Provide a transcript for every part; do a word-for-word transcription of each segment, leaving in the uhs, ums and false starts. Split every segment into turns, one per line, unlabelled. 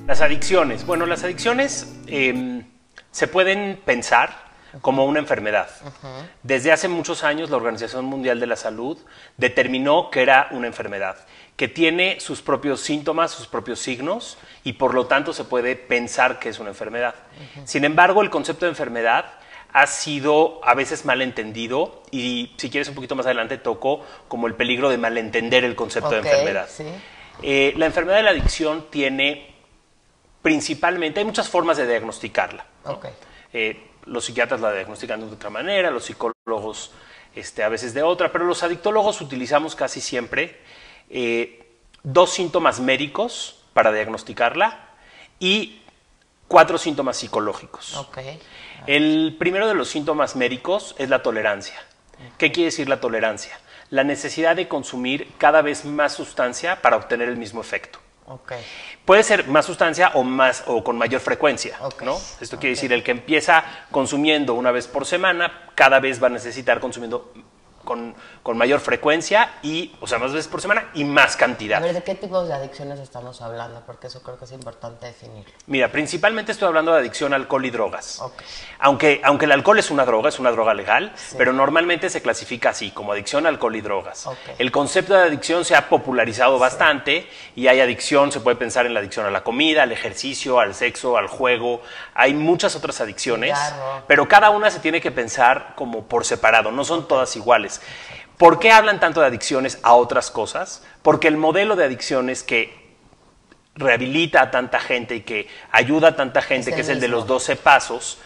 Las adicciones. Bueno, las adicciones eh, se pueden pensar como una enfermedad. Uh-huh. Desde hace muchos años la Organización Mundial de la Salud determinó que era una enfermedad, que tiene sus propios síntomas, sus propios signos, y por lo tanto se puede pensar que es una enfermedad. Uh-huh. Sin embargo, el concepto de enfermedad ha sido a veces malentendido, y si quieres un poquito más adelante toco como el peligro de malentender el concepto okay, de enfermedad. Sí. Eh, la enfermedad de la adicción tiene principalmente, hay muchas formas de diagnosticarla, ¿no? Okay. Eh, los psiquiatras la diagnostican de otra manera, los psicólogos este, a veces de otra, pero los adictólogos utilizamos casi siempre eh, dos síntomas médicos para diagnosticarla y cuatro síntomas psicológicos. Okay. El primero de los síntomas médicos es la tolerancia. Okay. ¿Qué quiere decir la tolerancia? La necesidad de consumir cada vez más sustancia para obtener el mismo efecto. Okay. Puede ser más sustancia o, más, o con mayor frecuencia, okay, ¿no? Esto okay. quiere decir el que empieza consumiendo una vez por semana, cada vez va a necesitar consumiendo con, con mayor frecuencia, y, o sea, más veces por semana y más cantidad.
A ver, ¿de qué tipos de adicciones estamos hablando? Porque eso creo que es importante definirlo.
Mira, principalmente estoy hablando de adicción a alcohol y drogas. Okay. Aunque, aunque el alcohol es una droga, es una droga legal, sí, pero normalmente se clasifica así, como adicción a alcohol y drogas. Okay. El concepto de adicción se ha popularizado sí. bastante, y hay adicción, se puede pensar en la adicción a la comida, al ejercicio, al sexo, al juego. Hay muchas otras adicciones, claro, pero cada una se tiene que pensar como por separado, no son todas iguales. ¿Por qué hablan tanto de adicciones a otras cosas? Porque el modelo de adicciones que rehabilita a tanta gente y que ayuda a tanta gente, es que es el mismo de los doce pasos,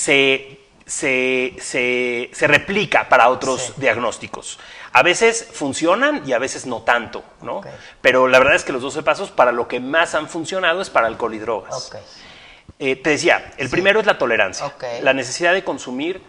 se, se, se, se replica para otros sí. diagnósticos. A veces funcionan y a veces no tanto, ¿no? Okay. Pero la verdad es que los doce pasos para lo que más han funcionado es para alcohol y drogas. Okay. Eh, te decía, el sí. primero es la tolerancia, okay. la necesidad de consumir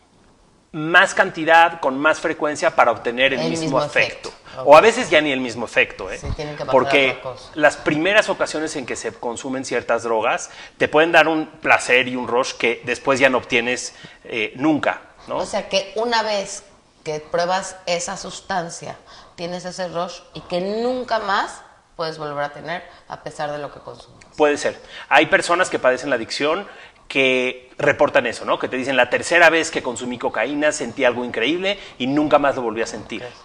más cantidad, con más frecuencia para obtener el, el mismo, mismo efecto. efecto. Okay. O a veces ya ni el mismo efecto, ¿eh? Sí, tienen que pasar porque otra cosa. Las primeras ocasiones en que se consumen ciertas drogas te pueden dar un placer y un rush que después ya no obtienes eh, nunca, ¿no?
O sea que una vez que pruebas esa sustancia, tienes ese rush y que nunca más puedes volver a tener a pesar de lo que consumes.
Puede ser. Hay personas que padecen la adicción que reportan eso, ¿no? Que te dicen, la tercera vez que consumí cocaína sentí algo increíble y nunca más lo volví a sentir. Okay.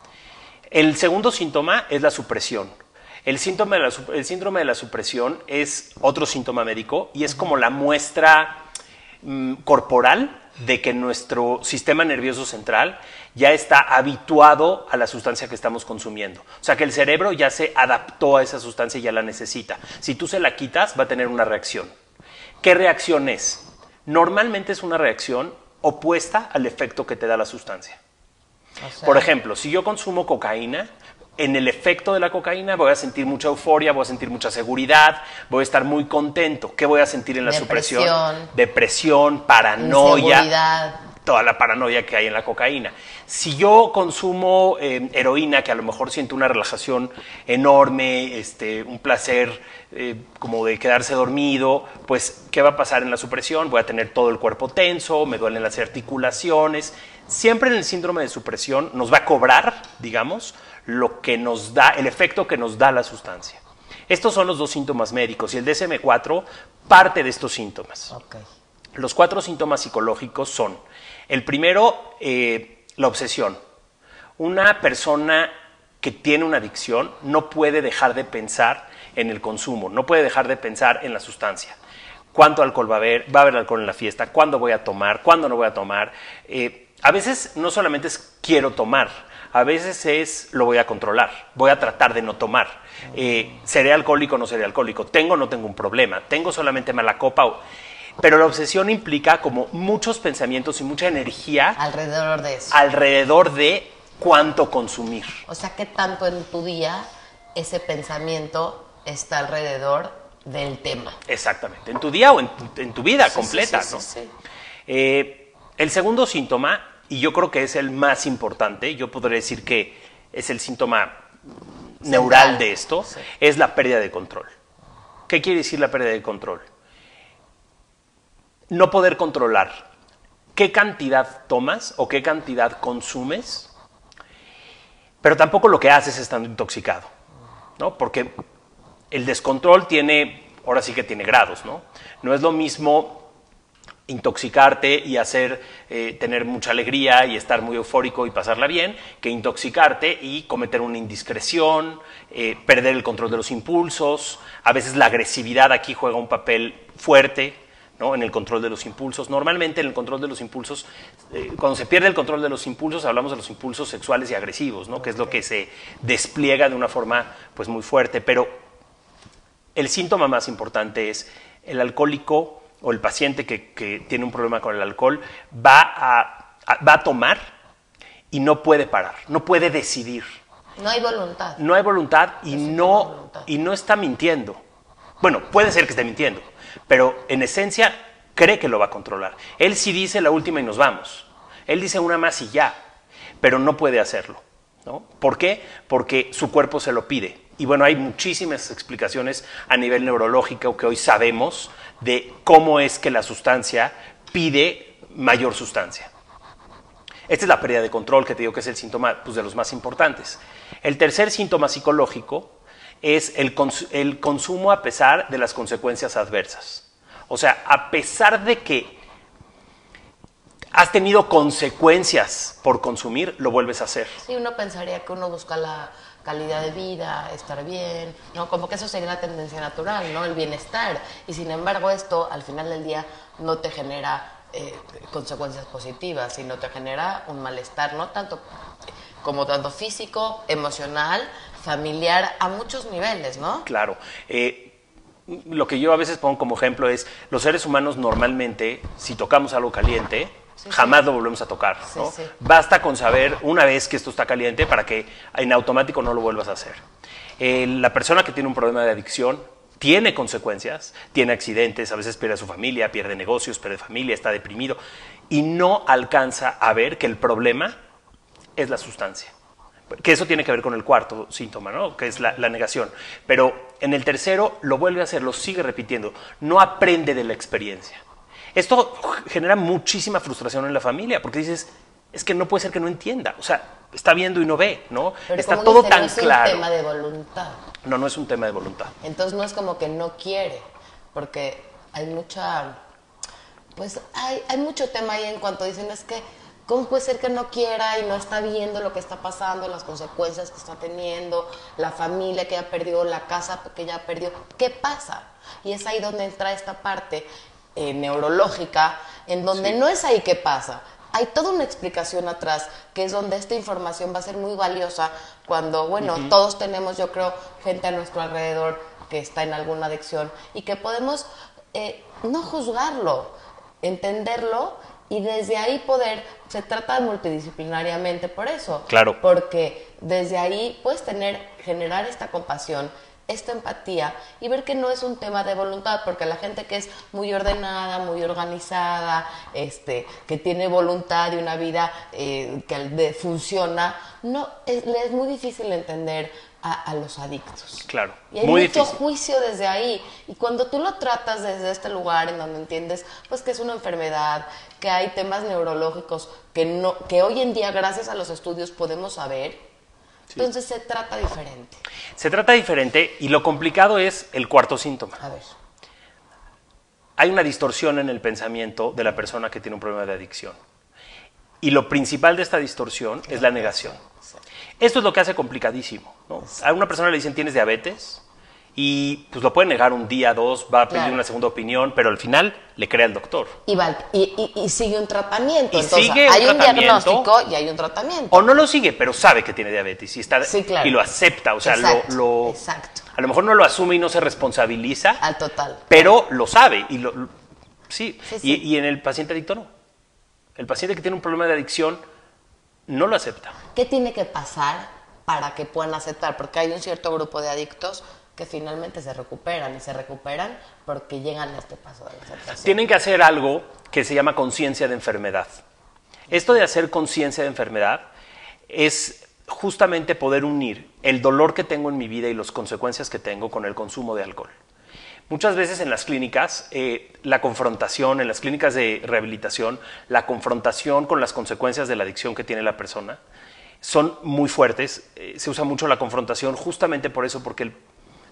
El segundo síntoma es la supresión. El, síntoma de la, el síndrome de la supresión es otro síntoma médico y es uh-huh. como la muestra mm, corporal de que nuestro sistema nervioso central ya está habituado a la sustancia que estamos consumiendo. O sea, que el cerebro ya se adaptó a esa sustancia y ya la necesita. Si tú se la quitas, va a tener una reacción. ¿Qué reacción es? Normalmente es una reacción opuesta al efecto que te da la sustancia. O sea, por ejemplo, si yo consumo cocaína, en el efecto de la cocaína voy a sentir mucha euforia, voy a sentir mucha seguridad, voy a estar muy contento. ¿Qué voy a sentir en la
depresión,
supresión? Depresión, paranoia, toda la paranoia que hay en la cocaína. Si yo consumo eh, heroína, que a lo mejor siento una relajación enorme, este, un placer eh, como de quedarse dormido, pues ¿qué va a pasar en la supresión? Voy a tener todo el cuerpo tenso, me duelen las articulaciones. Siempre en el síndrome de supresión nos va a cobrar, digamos, lo que nos da, el efecto que nos da la sustancia. Estos son los dos síntomas médicos y el D S M cuatro parte de estos síntomas. Okay. Los cuatro síntomas psicológicos son: el primero, eh, la obsesión. Una persona que tiene una adicción no puede dejar de pensar en el consumo, no puede dejar de pensar en la sustancia. ¿Cuánto alcohol va a haber? ¿Va a haber alcohol en la fiesta? ¿Cuándo voy a tomar? ¿Cuándo no voy a tomar? Eh, a veces no solamente es quiero tomar, a veces es lo voy a controlar, voy a tratar de no tomar. Eh, ¿Seré alcohólico o no seré alcohólico? ¿Tengo o no tengo un problema? ¿Tengo solamente mala copa? O... Pero la obsesión implica como muchos pensamientos y mucha energía
alrededor de eso.
Alrededor de cuánto consumir.
O sea, ¿qué tanto en tu día ese pensamiento está alrededor del tema?
Exactamente. En tu día o en tu, en tu vida sí, completa,
sí, sí,
¿no?
Sí, sí.
Eh, el segundo síntoma, y yo creo que es el más importante, yo podría decir que es el síntoma Central. neural de esto, sí. es la pérdida de control. ¿Qué quiere decir la pérdida de control? No poder controlar qué cantidad tomas o qué cantidad consumes, pero tampoco lo que haces estando intoxicado, ¿no? Porque el descontrol tiene ahora sí que tiene grados, ¿no? No es lo mismo intoxicarte y hacer, eh, tener mucha alegría y estar muy eufórico y pasarla bien, que intoxicarte y cometer una indiscreción, eh, perder el control de los impulsos. A veces la agresividad aquí juega un papel fuerte, ¿no? En el control de los impulsos. Normalmente en el control de los impulsos, eh, cuando se pierde el control de los impulsos, hablamos de los impulsos sexuales y agresivos, ¿no? Okay. Que es lo que se despliega de una forma pues, muy fuerte. Pero el síntoma más importante es el alcohólico o el paciente que, que tiene un problema con el alcohol va a, a, va a tomar y no puede parar, no puede decidir.
No hay voluntad.
No hay voluntad y no, voluntad. y no está mintiendo. Bueno, puede ser que esté mintiendo, pero en esencia cree que lo va a controlar. Él sí dice la última y nos vamos. Él dice una más y ya, pero no puede hacerlo, ¿no? ¿Por qué? Porque su cuerpo se lo pide. Y bueno, hay muchísimas explicaciones a nivel neurológico que hoy sabemos de cómo es que la sustancia pide mayor sustancia. Esta es la pérdida de control, que te digo que es el síntoma pues, de los más importantes. El tercer síntoma psicológico es el, cons el consumo a pesar de las consecuencias adversas. O sea, a pesar de que has tenido consecuencias por consumir, lo vuelves a hacer.
Sí, uno pensaría que uno busca la calidad de vida, estar bien, ¿no? Como que eso sería la tendencia natural, ¿no? El bienestar. Y sin embargo esto, al final del día, no te genera eh, consecuencias positivas, sino te genera un malestar, no tanto como tanto físico, emocional, familiar, a muchos niveles, ¿no?
Claro. Eh, lo que yo a veces pongo como ejemplo es, los seres humanos normalmente, si tocamos algo caliente, sí, jamás sí. lo volvemos a tocar, ¿no? Sí, sí. Basta con saber una vez que esto está caliente para que en automático no lo vuelvas a hacer. Eh, la persona que tiene un problema de adicción tiene consecuencias, tiene accidentes, a veces pierde a su familia, pierde negocios, pierde familia, está deprimido y no alcanza a ver que el problema es la sustancia. Que eso tiene que ver con el cuarto síntoma, ¿no? Que es la, la negación. Pero en el tercero lo vuelve a hacer, lo sigue repitiendo, no aprende de la experiencia. Esto genera muchísima frustración en la familia, porque dices, es que no puede ser que no entienda, o sea, está viendo y no ve, ¿no?
Pero
está
como
todo
dice,
tan
no es
claro.
un tema de voluntad.
No, no es un tema de voluntad.
Entonces no es como que no quiere, porque hay mucha, pues hay, hay mucho tema ahí en cuanto dicen, es que, ¿cómo puede ser que no quiera y no está viendo lo que está pasando, las consecuencias que está teniendo, la familia que ya perdió, la casa que ya perdió? ¿Qué pasa? Y es ahí donde entra esta parte eh, neurológica, en donde sí. no es ahí que pasa. Hay toda una explicación atrás, que es donde esta información va a ser muy valiosa cuando, bueno, uh-huh. todos tenemos, yo creo, gente a nuestro alrededor que está en alguna adicción y que podemos eh, no juzgarlo, entenderlo y desde ahí poder, se trata multidisciplinariamente por eso.
Claro.
Porque desde ahí puedes tener, generar esta compasión, esta empatía y ver que no es un tema de voluntad, porque la gente que es muy ordenada, muy organizada, este, que tiene voluntad y una vida eh, que de, funciona, no, es, le es muy difícil entender a, a los adictos.
Claro,
y hay
muy
mucho
difícil.
juicio desde ahí. Y cuando tú lo tratas desde este lugar en donde entiendes pues que es una enfermedad, que hay temas neurológicos que, no, que hoy en día gracias a los estudios podemos saber, sí. entonces se trata diferente.
Se trata diferente y lo complicado es el cuarto síntoma.
A ver.
Hay una distorsión en el pensamiento de la persona que tiene un problema de adicción. Y lo principal de esta distorsión es la negación. Sí. Esto es lo que hace complicadísimo, ¿no? Sí. A una persona le dicen, ¿tienes diabetes? Y pues lo puede negar un día, dos, va a pedir claro. una segunda opinión, pero al final le cree al doctor.
Y, va, y, y, y sigue un tratamiento.
Y
Entonces,
sigue
hay
un,
un diagnóstico y hay un tratamiento.
O no lo sigue, pero sabe que tiene diabetes y, está,
sí, claro.
y lo acepta. O sea,
exacto,
lo, lo,
exacto.
a lo mejor no lo asume y no se responsabiliza.
Al total.
Pero lo sabe. Y, lo, lo, sí.
Sí, sí.
Y, y en el paciente adicto no. El paciente que tiene un problema de adicción no lo acepta.
¿Qué tiene que pasar para que puedan aceptar? Porque hay un cierto grupo de adictos que finalmente se recuperan y se recuperan porque llegan a este paso de la aceptación.
Tienen que hacer algo que se llama conciencia de enfermedad. Esto de hacer conciencia de enfermedad es justamente poder unir el dolor que tengo en mi vida y las consecuencias que tengo con el consumo de alcohol. Muchas veces en las clínicas, eh, la confrontación, en las clínicas de rehabilitación, la confrontación con las consecuencias de la adicción que tiene la persona son muy fuertes. Eh, se usa mucho la confrontación justamente por eso, porque el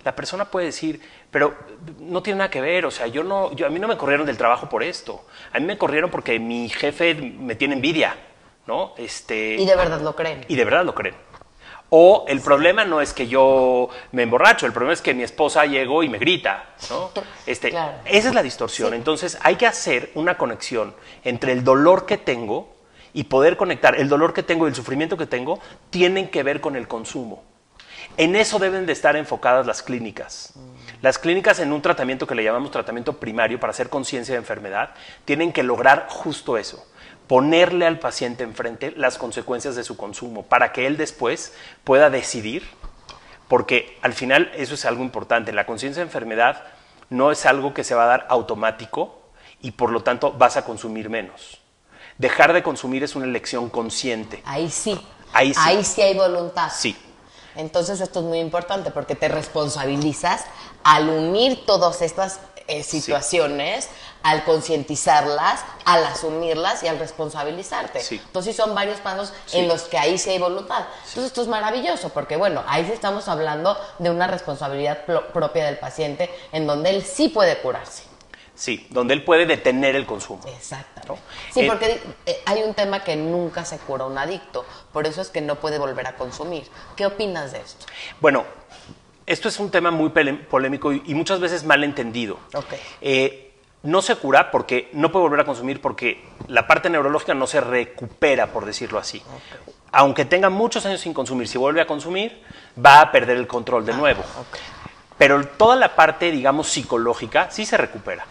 la persona puede decir, pero no tiene nada que ver, o sea, yo no, yo, a mí no me corrieron del trabajo por esto, a mí me corrieron porque mi jefe me tiene envidia, ¿no? Este,
y de verdad lo creen.
Y de verdad lo creen. O el sí. problema no es que yo me emborracho, el problema es que mi esposa llegó y me grita, ¿no? Este, claro. Esa es la distorsión. Sí. Entonces hay que hacer una conexión entre el dolor que tengo y poder conectar. El dolor que tengo y el sufrimiento que tengo tienen que ver con el consumo. En eso deben de estar enfocadas las clínicas. Las clínicas en un tratamiento que le llamamos tratamiento primario para hacer conciencia de enfermedad tienen que lograr justo eso. Ponerle al paciente enfrente las consecuencias de su consumo para que él después pueda decidir, porque al final eso es algo importante. La conciencia de enfermedad no es algo que se va a dar automático y por lo tanto vas a consumir menos. Dejar de consumir es una elección consciente.
Ahí sí.
Ahí sí.
Ahí sí hay voluntad.
Sí.
Entonces esto es muy importante porque te responsabilizas al unir todas estas eh, situaciones, sí. al concientizarlas, al asumirlas y al responsabilizarte. Sí. Entonces son varios pasos sí. en los que ahí sí hay voluntad. Sí. Entonces esto es maravilloso porque bueno, ahí sí estamos hablando de una responsabilidad propia del paciente en donde él sí puede curarse.
Sí, donde él puede detener el consumo.
Exactamente. ¿No? Sí, eh, porque eh, hay un tema que nunca se cura un adicto, por eso es que no puede volver a consumir. ¿Qué opinas de esto?
Bueno, esto es un tema muy polémico y, y muchas veces mal entendido.
Okay.
Eh, no se cura porque no puede volver a consumir porque la parte neurológica no se recupera, por decirlo así. Okay. Aunque tenga muchos años sin consumir, si vuelve a consumir, va a perder el control de ah, nuevo.
Okay.
Pero toda la parte, digamos, psicológica sí se recupera.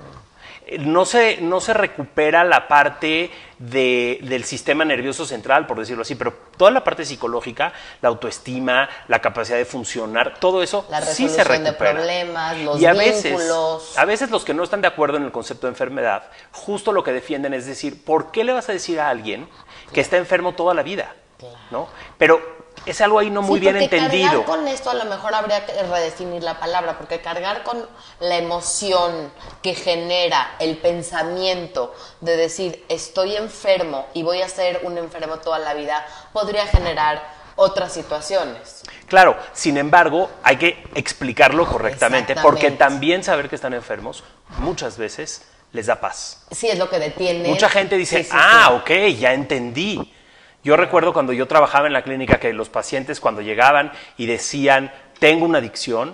No se, no se recupera la parte de, del sistema nervioso central, por decirlo así, pero toda la parte psicológica, la autoestima, la capacidad de funcionar, todo eso sí se recupera.
La resolución de problemas, los
y a
vínculos.
Veces, a veces los que no están de acuerdo en el concepto de enfermedad, justo lo que defienden es decir, ¿por qué le vas a decir a alguien claro. que está enfermo toda la vida?
Claro.
¿No? Pero es algo ahí no muy
sí,
bien entendido.
Cargar con esto a lo mejor habría que redefinir la palabra, porque cargar con la emoción que genera el pensamiento de decir estoy enfermo y voy a ser un enfermo toda la vida, podría generar otras situaciones.
Claro, sin embargo, hay que explicarlo correctamente, porque también saber que están enfermos muchas veces les da paz.
Sí, es lo que detiene.
Mucha gente dice, sí, sí, ah, sí. ok, ya entendí. Yo recuerdo cuando yo trabajaba en la clínica que los pacientes cuando llegaban y decían, tengo una adicción,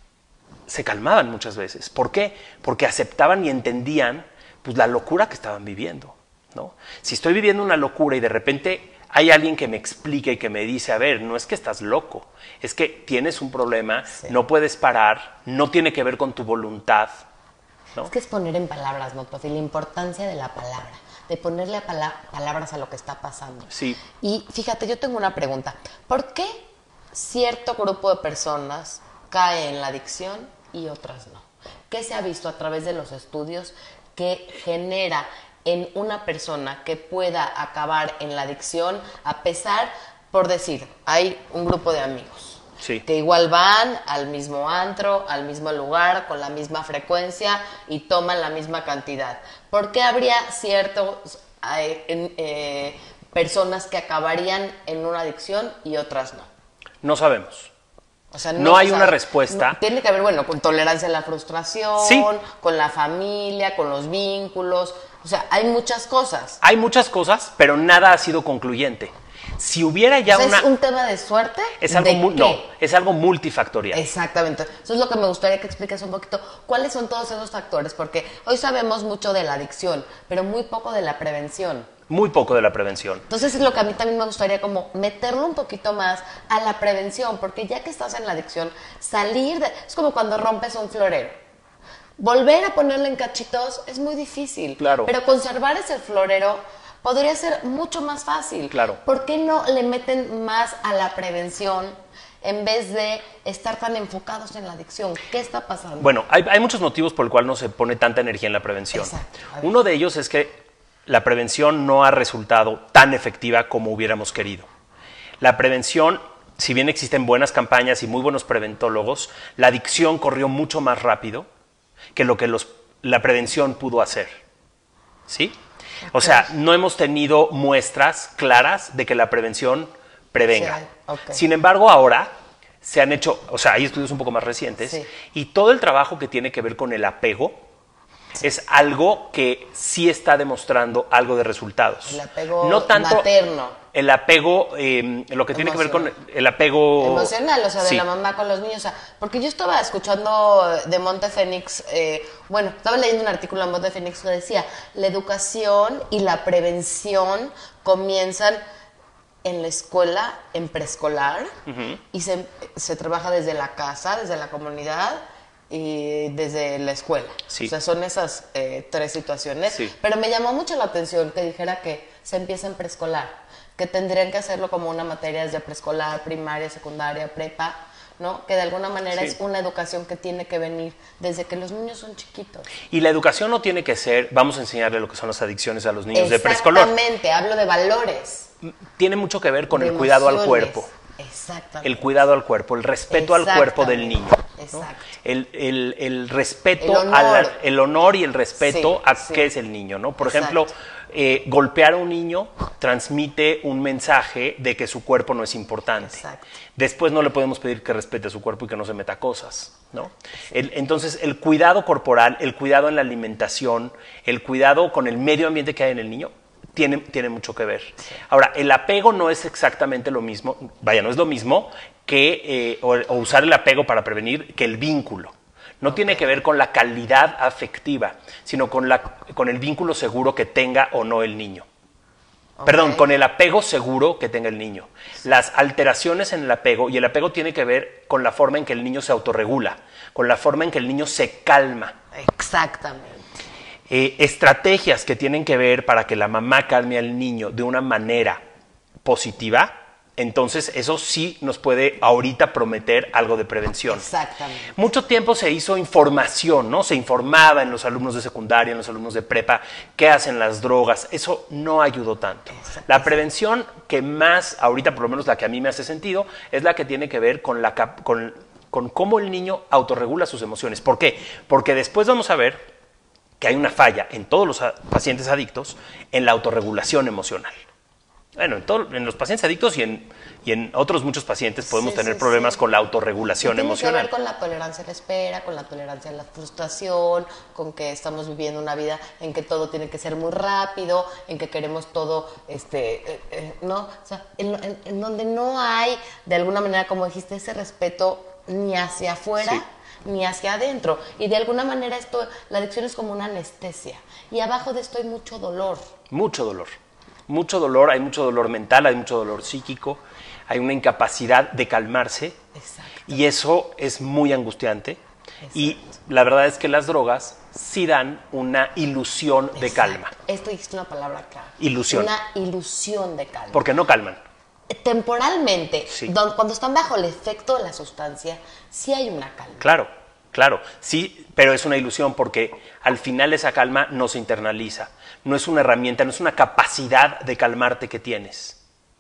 se calmaban muchas veces. ¿Por qué? Porque aceptaban y entendían pues, la locura que estaban viviendo, ¿no? Si estoy viviendo una locura y de repente hay alguien que me explica y que me dice, a ver, no es que estás loco, es que tienes un problema, sí. no puedes parar, no tiene que ver con tu voluntad, ¿no?
Es que es poner en palabras, ¿no? Pues, y la importancia de la palabra. De ponerle pala palabras a lo que está pasando.
Sí.
Y fíjate, yo tengo una pregunta. ¿Por qué cierto grupo de personas cae en la adicción y otras no? ¿Qué se ha visto a través de los estudios que genera en una persona que pueda acabar en la adicción a pesar, por decir, hay un grupo de amigos?
Sí.
Que igual van al mismo antro, al mismo lugar, con la misma frecuencia y toman la misma cantidad. ¿Por qué habría ciertas eh, eh, personas que acabarían en una adicción y otras no?
No sabemos.
O sea, no,
no hay
o sea,
una respuesta.
No, tiene que haber, bueno, con tolerancia a la frustración,
sí.
con la familia, con los vínculos. O sea, hay muchas cosas.
Hay muchas cosas, pero nada ha sido concluyente. Si hubiera ya
o sea,
una...
¿es un tema de suerte?
Es algo,
¿De
mu no, es algo multifactorial.
Exactamente. Eso es lo que me gustaría que expliques un poquito. ¿Cuáles son todos esos factores? Porque hoy sabemos mucho de la adicción, pero muy poco de la prevención.
Muy poco de la prevención.
Entonces es lo que a mí también me gustaría como meterlo un poquito más a la prevención, porque ya que estás en la adicción, salir de... Es como cuando rompes un florero. Volver a ponerle en cachitos es muy difícil.
Claro.
Pero conservar ese florero podría ser mucho más fácil.
Claro.
¿Por qué no le meten más a la prevención en vez de estar tan enfocados en la adicción? ¿Qué está pasando?
Bueno, hay, hay muchos motivos por el cual no se pone tanta energía en la prevención.
Exacto.
Uno de ellos es que la prevención no ha resultado tan efectiva como hubiéramos querido. La prevención, si bien existen buenas campañas y muy buenos preventólogos, la adicción corrió mucho más rápido que lo que los, la prevención pudo hacer. ¿Sí? Okay. O sea, no hemos tenido muestras claras de que la prevención prevenga.
Sí, okay.
Sin embargo, ahora se han hecho, o sea, hay estudios un poco más recientes,
Sí.
y todo el trabajo que tiene que ver con el apego sí. es algo que sí está demostrando algo de resultados.
El apego
no tanto
materno.
El apego, eh, lo que tiene que ver con el apego...
emocional, o sea, de
sí.
la mamá con los niños. O sea, porque yo estaba escuchando de Monte Fénix, eh, bueno, estaba leyendo un artículo de Monte Fénix que decía, la educación y la prevención comienzan en la escuela, en preescolar, uh-huh. y se, se trabaja desde la casa, desde la comunidad y desde la escuela.
Sí.
O sea, son esas eh, tres situaciones.
Sí.
Pero me llamó mucho la atención que dijera que se empieza en preescolar, que tendrían que hacerlo como una materia desde preescolar, primaria, secundaria, prepa, ¿no? Que de alguna manera sí. es una educación que tiene que venir desde que los niños son chiquitos.
Y la educación no tiene que ser, vamos a enseñarle lo que son las adicciones a los niños de preescolar.
Exactamente, hablo de valores.
Tiene mucho que ver con
de
el cuidado
emociones.
al cuerpo.
Exactamente.
El cuidado al cuerpo, el respeto al cuerpo del niño. ¿no?
Exacto.
El, el, el respeto,
el honor.
A la, el honor y el respeto
sí,
a
sí.
qué es el niño, ¿no? Por
Exacto.
ejemplo, eh, golpear a un niño transmite un mensaje de que su cuerpo no es importante.
Exacto.
Después no le podemos pedir que respete su cuerpo y que no se meta cosas, ¿no? El, entonces, el cuidado corporal, el cuidado en la alimentación, el cuidado con el medio ambiente que hay en el niño, Tiene, tiene mucho que ver. Sí. Ahora, el apego no es exactamente lo mismo, vaya, no es lo mismo que eh, o, o usar el apego para prevenir que el vínculo. No okay. tiene que ver con la calidad afectiva, sino con, la, con el vínculo seguro que tenga o no el niño. Okay. Perdón, con el apego seguro que tenga el niño. Sí. Las alteraciones en el apego, y el apego tiene que ver con la forma en que el niño se autorregula, con la forma en que el niño se calma.
Exactamente.
Eh, estrategias que tienen que ver para que la mamá calme al niño de una manera positiva, entonces eso sí nos puede ahorita prometer algo de prevención.
Exactamente.
Mucho tiempo se hizo información, ¿no? Se informaba en los alumnos de secundaria, en los alumnos de prepa, qué hacen las drogas. Eso no ayudó tanto. La prevención que más, ahorita por lo menos la que a mí me hace sentido, es la que tiene que ver con, la, con, con cómo el niño autorregula sus emociones. ¿Por qué? Porque después vamos a ver que hay una falla en todos los pacientes adictos en la autorregulación emocional. Bueno, en, todo, en los pacientes adictos y en, y en otros muchos pacientes podemos
sí,
tener
sí,
problemas
sí.
con la autorregulación
tiene
emocional.
Tiene que ver con la tolerancia a la espera, con la tolerancia a la frustración, con que estamos viviendo una vida en que todo tiene que ser muy rápido, en que queremos todo, este, eh, eh, ¿no? O sea, en, en, en donde no hay, de alguna manera, como dijiste, ese respeto ni hacia afuera, sí. ni hacia adentro. Y de alguna manera esto, la adicción es como una anestesia. Y abajo de esto hay mucho dolor.
Mucho dolor. Mucho dolor, hay mucho dolor mental, hay mucho dolor psíquico, hay una incapacidad de calmarse.
Exacto.
Y eso es muy angustiante. Exacto. Y la verdad es que las drogas sí dan una ilusión Exacto. de calma.
Esto es una palabra clave.
Ilusión.
Una ilusión de calma.
Porque no calman.
Temporalmente,
sí.
don, cuando están bajo el efecto de la sustancia, sí hay una calma.
Claro, claro, sí, pero es una ilusión porque al final esa calma no se internaliza, no es una herramienta, no es una capacidad de calmarte que tienes.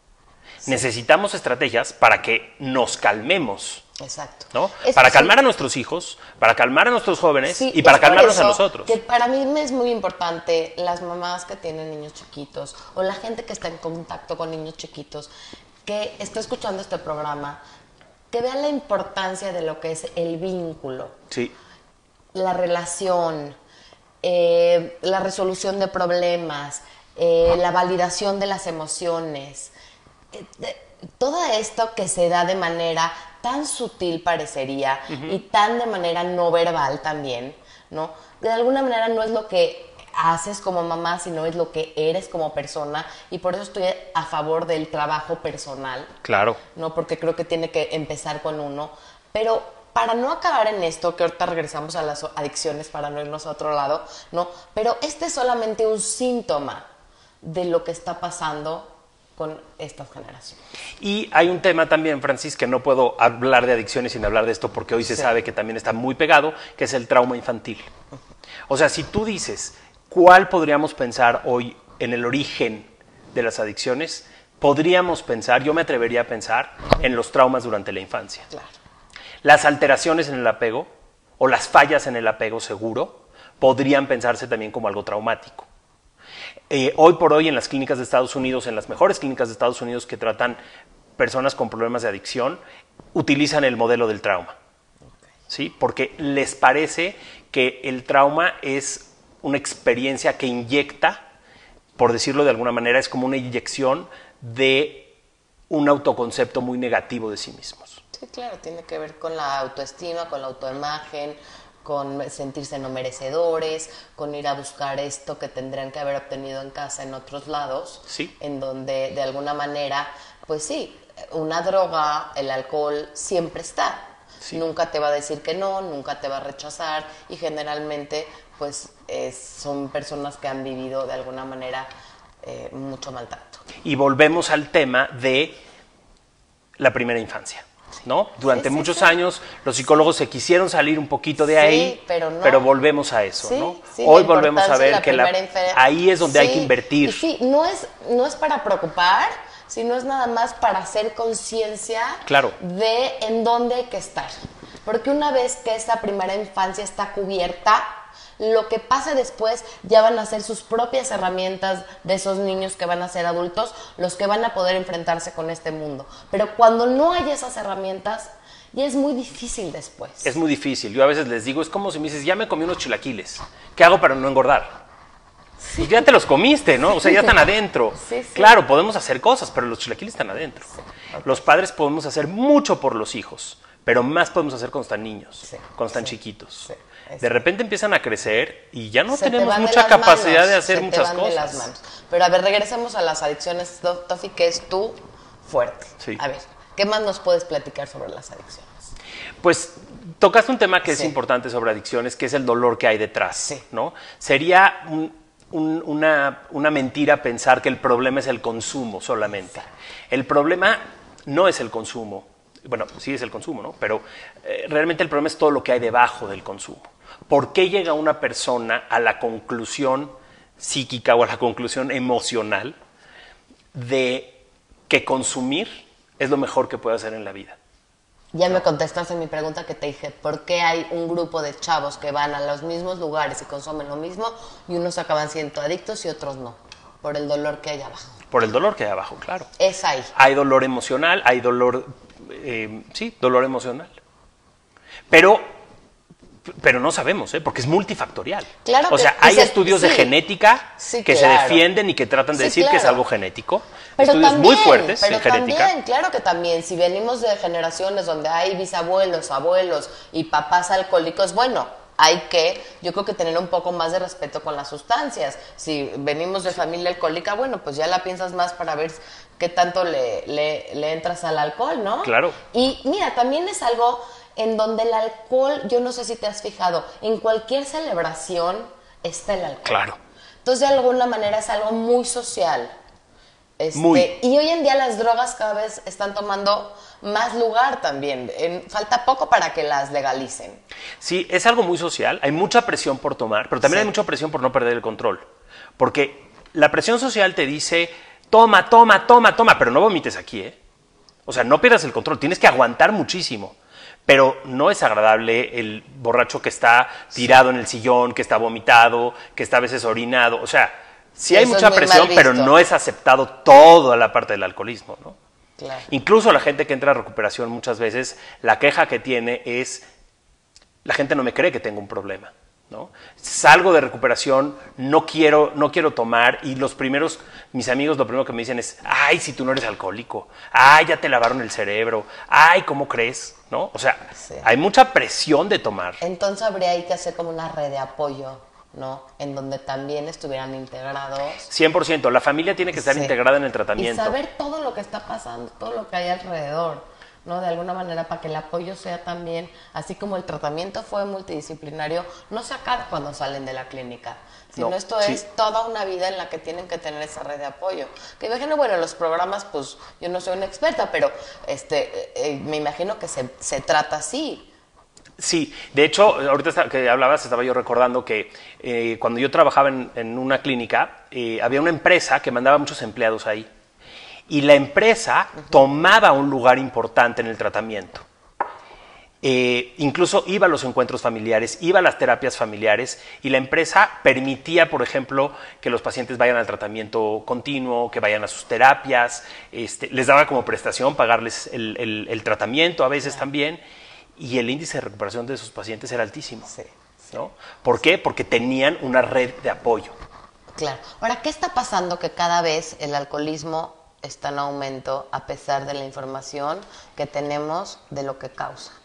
Sí. Necesitamos estrategias para que nos calmemos.
Exacto.
¿No?
Es
para
sí.
calmar a nuestros hijos, para calmar a nuestros jóvenes
sí,
y para calmarnos
eso
a nosotros.
Que para mí me es muy importante las mamás que tienen niños chiquitos o la gente que está en contacto con niños chiquitos que está escuchando este programa, que vean la importancia de lo que es el vínculo,
sí.
la relación, eh, la resolución de problemas, eh, la validación de las emociones, eh, de, todo esto que se da de manera tan sutil parecería uh-huh. y tan de manera no verbal también, ¿no? De alguna manera no es lo que haces como mamá, sino es lo que eres como persona, y por eso estoy a favor del trabajo personal.
Claro.
¿No? Porque creo que tiene que empezar con uno. Pero para no acabar en esto, que ahorita regresamos a las adicciones para no irnos a otro lado, ¿no? Pero este es solamente un síntoma de lo que está pasando con estas generaciones.
Y hay un tema también, Francis, que no puedo hablar de adicciones sin hablar de esto porque hoy se sí. sabe que también está muy pegado, que es el trauma infantil. Uh-huh. O sea, si tú dices, ¿cuál podríamos pensar hoy en el origen de las adicciones? Podríamos pensar, yo me atrevería a pensar, en los traumas durante la infancia.
Claro.
Las alteraciones en el apego o las fallas en el apego seguro podrían pensarse también como algo traumático. Eh, hoy por hoy en las clínicas de Estados Unidos, en las mejores clínicas de Estados Unidos que tratan personas con problemas de adicción, utilizan el modelo del trauma, okay. ¿Sí? Porque les parece que el trauma es una experiencia que inyecta, por decirlo de alguna manera, es como una inyección de un autoconcepto muy negativo de sí mismos.
Sí, claro, tiene que ver con la autoestima, con la autoimagen, con sentirse no merecedores, con ir a buscar esto que tendrían que haber obtenido en casa en otros lados,
sí.
En donde de alguna manera, pues sí, una droga, el alcohol siempre está, sí. Nunca te va a decir que no, nunca te va a rechazar y generalmente pues eh, son personas que han vivido de alguna manera eh, mucho maltrato.
Y volvemos al tema de la primera infancia, ¿no? Durante sí, sí, muchos sí. años los psicólogos se quisieron salir un poquito de sí, ahí, pero, no. pero volvemos a eso, sí, ¿no?
Sí,
Hoy volvemos a ver que la, ahí es donde
sí,
hay que invertir.
Y sí, no es, no es para preocupar, sino es nada más para hacer conciencia
claro.
de en dónde hay que estar. Porque una vez que esa primera infancia está cubierta, lo que pase después ya van a ser sus propias herramientas de esos niños que van a ser adultos, los que van a poder enfrentarse con este mundo. Pero cuando no hay esas herramientas, ya es muy difícil después.
Es muy difícil. Yo a veces les digo, es como si me dices, ya me comí unos chilaquiles. ¿Qué hago para no engordar? Sí. Ya te los comiste, ¿no? O sea, ya están adentro.
Sí, sí.
Claro, podemos hacer cosas, pero los chilaquiles están adentro. Sí. Okay. Los padres podemos hacer mucho por los hijos, pero más podemos hacer cuando están niños, sí. cuando están sí. chiquitos. Sí. De repente empiezan a crecer y ya no se tenemos mucha capacidad
manos,
de hacer
se
muchas
te van
cosas.
De las manos. Pero a ver, regresemos a las adicciones, Tofi, que es tu fuerte.
Sí.
A ver, ¿qué más nos puedes platicar sobre las adicciones?
Pues tocaste un tema que
sí.
es importante sobre adicciones, que es el dolor que hay detrás,
sí.
¿no? Sería un, un, una, una mentira pensar que el problema es el consumo solamente. Sí. El problema no es el consumo. Bueno, sí es el consumo, ¿no? Pero eh, realmente el problema es todo lo que hay debajo del consumo. ¿Por qué llega una persona a la conclusión psíquica o a la conclusión emocional de que consumir es lo mejor que puede hacer en la vida?
Ya me contestaste mi pregunta que te dije, ¿por qué hay un grupo de chavos que van a los mismos lugares y consumen lo mismo y unos acaban siendo adictos y otros no? Por el dolor que hay abajo.
Por el dolor que hay abajo, claro.
Es ahí.
Hay dolor emocional, hay dolor, eh, sí, dolor emocional. Pero... Pero no sabemos, ¿eh? Porque es multifactorial.
Claro
o sea, hay
se,
estudios
sí,
de genética
sí,
que
claro.
se defienden y que tratan de
sí,
decir
claro.
que es algo genético.
Pero
estudios
también,
muy fuertes
pero
en genética.
También, claro que también. Si venimos de generaciones donde hay bisabuelos, abuelos y papás alcohólicos, bueno, hay que, yo creo que tener un poco más de respeto con las sustancias. Si venimos de familia alcohólica, bueno, pues ya la piensas más para ver qué tanto le, le, le entras al alcohol, ¿no?
Claro.
Y mira, también es algo en donde el alcohol, yo no sé si te has fijado, en cualquier celebración está el alcohol.
Claro.
Entonces, de alguna manera es algo muy social. Este,
muy.
Y hoy en día las drogas cada vez están tomando más lugar también. En, falta poco para que las legalicen.
Sí, es algo muy social. Hay mucha presión por tomar, pero también sí. hay mucha presión por no perder el control. Porque la presión social te dice, toma, toma, toma, toma, pero no vomites aquí, ¿eh? O sea, no pierdas el control, tienes que aguantar muchísimo. Pero no es agradable el borracho que está tirado sí. en el sillón, que está vomitado, que está a veces orinado. O sea, sí hay mucha presión, pero no es aceptado toda la parte del alcoholismo, ¿no?
Claro.
Incluso la gente que entra a recuperación muchas veces, la queja que tiene es, la gente no me cree que tengo un problema, ¿no? Salgo de recuperación, no quiero, no quiero tomar y los primeros, mis amigos lo primero que me dicen es, ay, si tú no eres alcohólico, ay, ya te lavaron el cerebro, ay, ¿cómo crees? ¿No? O sea, sí. hay mucha presión de tomar.
Entonces habría ahí que hacer como una red de apoyo, ¿no? En donde también estuvieran integrados.
cien por ciento, la familia tiene que estar sí. integrada en el tratamiento.
Y saber todo lo que está pasando, todo lo que hay alrededor, ¿no? De alguna manera para que el apoyo sea también, así como el tratamiento fue multidisciplinario, no se acaba cuando salen de la clínica, sino no, esto sí. es toda una vida en la que tienen que tener esa red de apoyo. Que imagino, bueno, los programas, pues yo no soy una experta, pero este, eh, me imagino que se, se trata así.
Sí, de hecho, ahorita que hablabas, estaba yo recordando que eh, cuando yo trabajaba en, en una clínica, eh, había una empresa que mandaba muchos empleados ahí. Y la empresa uh-huh. tomaba un lugar importante en el tratamiento. Eh, incluso iba a los encuentros familiares, iba a las terapias familiares y la empresa permitía, por ejemplo, que los pacientes vayan al tratamiento continuo, que vayan a sus terapias, este, les daba como prestación pagarles el, el, el tratamiento a veces también, y el índice de recuperación de esos pacientes era altísimo.
Sí, sí.
¿No? ¿Por qué? Porque tenían una red de apoyo.
Claro. Ahora, ¿qué está pasando que cada vez el alcoholismo está en aumento a pesar de la información que tenemos de lo que causa?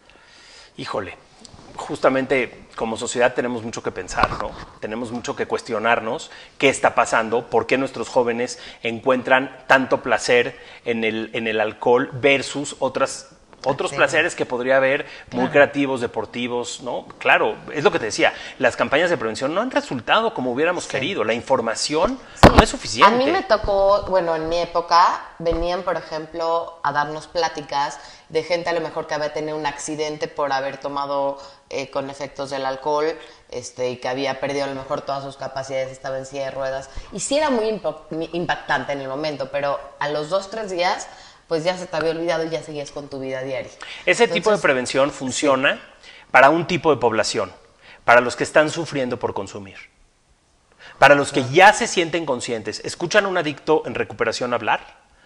Híjole, justamente como sociedad tenemos mucho que pensar, ¿no? Tenemos mucho que cuestionarnos qué está pasando, por qué nuestros jóvenes encuentran tanto placer en el, en el alcohol versus otras otros sí. placeres que podría haber, muy claro. creativos, deportivos, ¿no? Claro, es lo que te decía, las campañas de prevención no han resultado como hubiéramos sí. querido, la información sí. no es suficiente.
A mí me tocó, bueno, en mi época, venían, por ejemplo, a darnos pláticas de gente a lo mejor que había tenido un accidente por haber tomado eh, con efectos del alcohol, este, y que había perdido a lo mejor todas sus capacidades, estaba en silla de ruedas, y sí era muy impactante en el momento, pero a los dos, tres días pues ya se te había olvidado y ya seguías con tu vida diaria.
Ese Entonces, tipo de prevención funciona sí. para un tipo de población, para los que están sufriendo por consumir. Para los que ya se sienten conscientes, escuchan a un adicto en recuperación hablar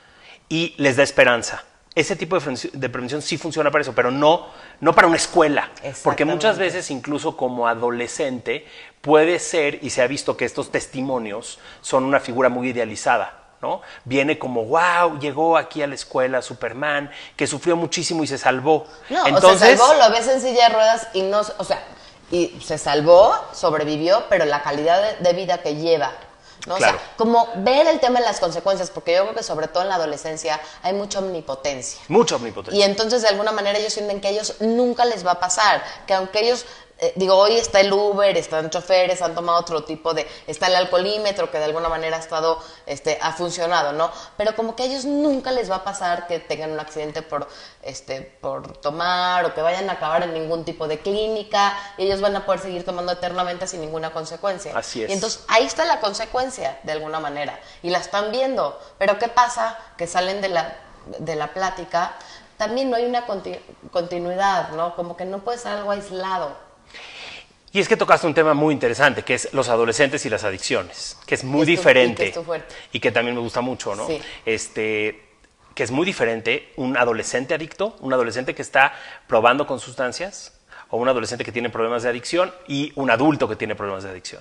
y les da esperanza. Ese tipo de, de prevención sí funciona para eso, pero no, no para una escuela. Porque muchas veces, incluso como adolescente, puede ser, y se ha visto que estos testimonios son una figura muy idealizada, ¿no? Viene como, wow, llegó aquí a la escuela Superman, que sufrió muchísimo y se salvó.
No,
Entonces,
o se salvó, lo ves en silla de ruedas y no, o sea, y se salvó, sobrevivió, pero la calidad de, de vida que lleva, ¿no?
Claro.
O sea, como ver el tema de las consecuencias, porque yo creo que sobre todo en la adolescencia hay mucha omnipotencia.
Mucha omnipotencia.
Y entonces de alguna manera ellos sienten que a ellos nunca les va a pasar, que aunque ellos... Eh, digo, hoy está el Uber, están choferes, han tomado otro tipo de... Está el alcoholímetro que de alguna manera ha estado, este, ha funcionado, ¿no? Pero como que a ellos nunca les va a pasar que tengan un accidente por, este, por tomar o que vayan a acabar en ningún tipo de clínica y ellos van a poder seguir tomando eternamente sin ninguna consecuencia.
Así es.
Y entonces ahí está la consecuencia de alguna manera y la están viendo. Pero ¿qué pasa? Que salen de la, de la plática, también no hay una continu- continuidad, ¿no? Como que no puede ser algo aislado.
Y es que tocaste un tema muy interesante, que es los adolescentes y las adicciones, que es muy
es tu,
diferente.
Y que es tu fuerte.
Y que también me gusta mucho, ¿no?
Sí.
Este, que es muy diferente un adolescente adicto, un adolescente que está probando con sustancias, o un adolescente que tiene problemas de adicción, y un adulto que tiene problemas de adicción.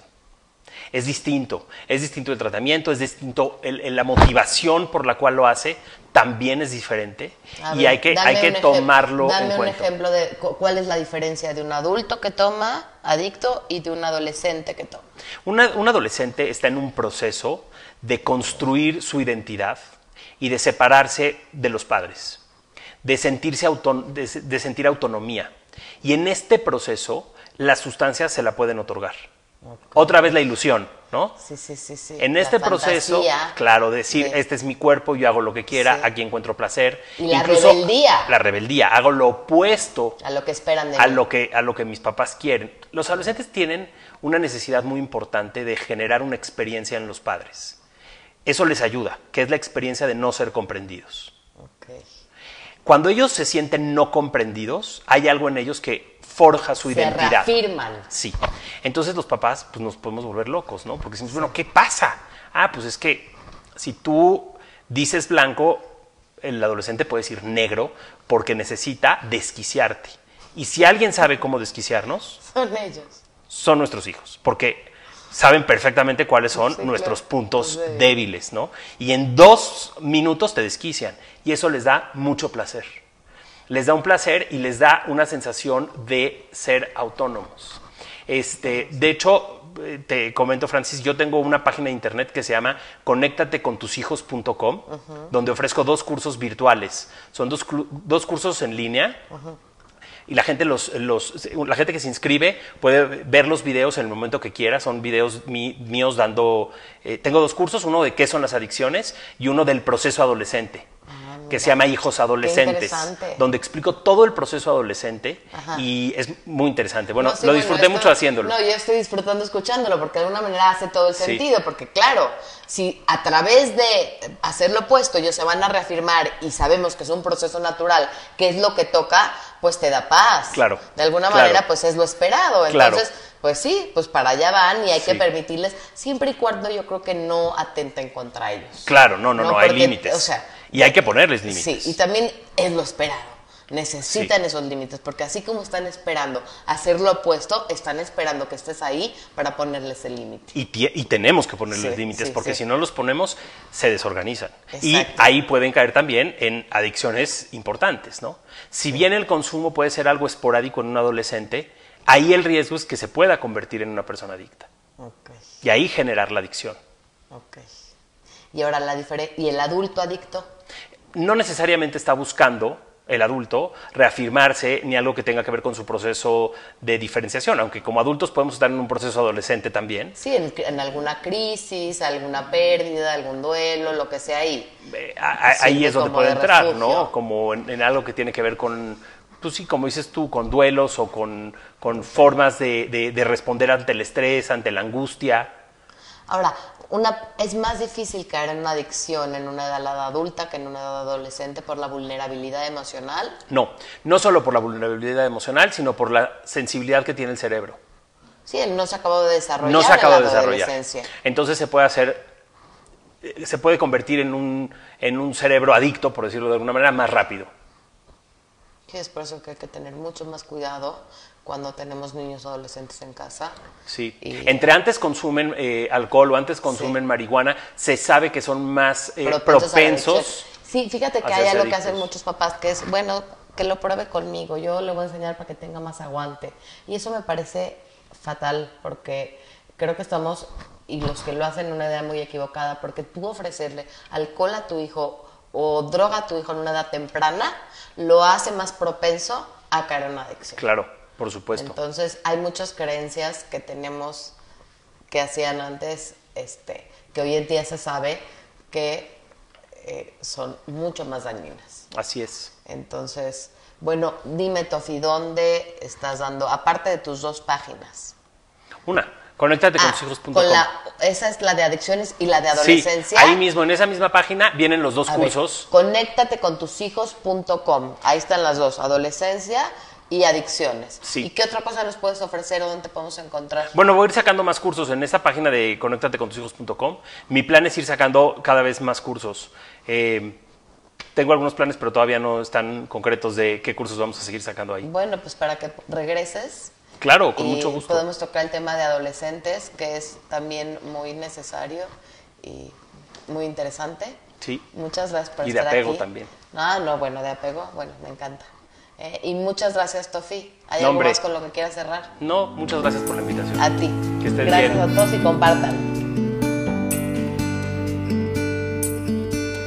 Es distinto, es distinto el tratamiento, es distinto el, el, la motivación por la cual lo hace, también es diferente
A
y
ver,
hay que, hay que tomarlo
dame
en cuenta.
Dame un ejemplo de cu- cuál es la diferencia de un adulto que toma, adicto, y de un adolescente que toma.
Una, un adolescente está en un proceso de construir su identidad y de separarse de los padres, de, sentirse auto, de, de sentir autonomía. Y en este proceso las sustancias se la pueden otorgar. Okay. Otra vez la ilusión, ¿no?
Sí, sí, sí, sí.
En este
la
proceso, claro, decir,
de...
este es mi cuerpo, yo hago lo que quiera,
sí.
aquí encuentro placer.
Y la
Incluso,
rebeldía.
La rebeldía, hago lo opuesto
a lo que esperan de
a
mí.
lo que, a lo que mis papás quieren. Los adolescentes tienen una necesidad muy importante de generar una experiencia en los padres. Eso les ayuda, que es la experiencia de no ser comprendidos.
Okay.
Cuando ellos se sienten no comprendidos, hay algo en ellos que forja su
se
identidad.
Se reafirman.
Sí. Entonces los papás pues, nos podemos volver locos, ¿no? Porque decimos, bueno, ¿qué pasa? Ah, pues es que si tú dices blanco, el adolescente puede decir negro porque necesita desquiciarte. Y si alguien sabe cómo desquiciarnos...
Son ellos.
Son nuestros hijos, porque saben perfectamente cuáles son
sí,
nuestros
claro.
puntos
Sí.
débiles, ¿no? Y en dos minutos te desquician y eso les da mucho placer. Les da un placer y les da una sensación de ser autónomos. Este, de hecho, te comento, Francis, yo tengo una página de internet que se llama conéctate con tus hijos punto com, uh-huh. donde ofrezco dos cursos virtuales. Son dos, dos cursos en línea. Uh-huh. Y la gente, los, los, la gente que se inscribe puede ver los videos en el momento que quiera. Son videos mí, míos dando... Eh, tengo dos cursos, uno de qué son las adicciones y uno del proceso adolescente, ah, que se llama Hijos Adolescentes, donde explico todo el proceso adolescente. Ajá. Y es muy interesante. Bueno, no, sí, lo disfruté bueno,
esto,
mucho haciéndolo.
No, yo estoy disfrutando escuchándolo porque de alguna manera hace todo el sentido, sí. Porque claro, si a través de hacer lo opuesto ellos se van a reafirmar y sabemos que es un proceso natural, que es lo que toca, pues te da paz.
Claro.
De alguna
claro.
manera, pues es lo esperado.
Claro.
Entonces, pues sí, pues para allá van y hay
Sí.
que permitirles, siempre y cuando yo creo que no atenten contra ellos.
Claro, no, no, no, no hay
porque,
límites.
O sea,
y hay que ponerles límites.
Sí, y también es lo esperado. Necesitan sí. esos límites, porque así como están esperando hacer lo opuesto, están esperando que estés ahí para ponerles el límite.
Y, y tenemos que ponerles
sí,
límites,
sí,
porque
sí.
si no los ponemos, se desorganizan.
Exacto.
Y ahí pueden caer también en adicciones importantes, ¿no? Si bien el consumo puede ser algo esporádico en un adolescente, ahí el riesgo es que se pueda convertir en una persona adicta.
Okay.
Y ahí generar la adicción.
Okay. Y ahora la diferencia, ¿y el adulto adicto?
No necesariamente está buscando el adulto reafirmarse ni algo que tenga que ver con su proceso de diferenciación, aunque como adultos podemos estar en un proceso adolescente también.
Sí, en, en alguna crisis, alguna pérdida, algún duelo, lo que sea ahí.
Eh, a, ahí es donde puede entrar, refugio. ¿no? Como en, en algo que tiene que ver con, pues sí, como dices tú, con duelos o con, con formas de, de, de responder ante el estrés, ante la angustia.
Ahora, una, es más difícil caer en una adicción en una edad adulta que en una edad adolescente por la vulnerabilidad emocional.
No, no solo por la vulnerabilidad emocional, sino por la sensibilidad que tiene el cerebro.
Sí, no se acabó de desarrollar.
No se acabó
en
de
la
desarrollar.
Adolescencia.
Entonces se puede hacer, se puede convertir en un, en un cerebro adicto, por decirlo de alguna manera, más rápido.
Sí, es por eso que hay que tener mucho más cuidado cuando tenemos niños adolescentes en casa.
Sí,
y,
entre antes consumen eh, alcohol o antes consumen sí. marihuana, se sabe que son más eh, propensos. propensos
sí, fíjate que hay algo adictos. que hacen muchos papás, que es, bueno, que lo pruebe conmigo, yo le voy a enseñar para que tenga más aguante. Y eso me parece fatal, porque creo que estamos, y los que lo hacen, en una idea muy equivocada, porque tú ofrecerle alcohol a tu hijo o droga a tu hijo en una edad temprana, lo hace más propenso a caer en una adicción.
Claro. Por supuesto.
Entonces, hay muchas creencias que tenemos que hacían antes, este, que hoy en día se sabe que eh, son mucho más dañinas.
Así es.
Entonces, bueno, dime, Tofi, ¿dónde estás dando, aparte de tus dos páginas?
Una, conéctate con
ah,
tus hijos punto com.
Con la, esa es la de adicciones y la de adolescencia.
Sí, ahí mismo, en esa misma página, vienen los dos
A
cursos.
Ver, conéctate con tus hijos punto com. Ahí están las dos, adolescencia y adicciones.
Sí.
¿Y qué otra cosa nos puedes ofrecer o dónde te podemos encontrar?
Bueno, voy a ir sacando más cursos en esa página de conéctate con tus hijos punto com. Mi plan es ir sacando cada vez más cursos. Eh, tengo algunos planes, pero todavía no están concretos de qué cursos vamos a seguir sacando ahí.
Bueno, pues para que regreses.
Claro, con
y
mucho gusto.
Podemos tocar el tema de adolescentes, que es también muy necesario y muy interesante.
Sí.
Muchas gracias por
y
estar aquí.
Y de apego también.
Ah, no, bueno, de apego, bueno, me encanta. Eh, y muchas gracias, Tofi. ¿Hay
no,
algo
hombre.
más con lo que quieras cerrar?
No, muchas gracias por la invitación.
A ti.
Que estés
gracias
bien.
a todos y compartan.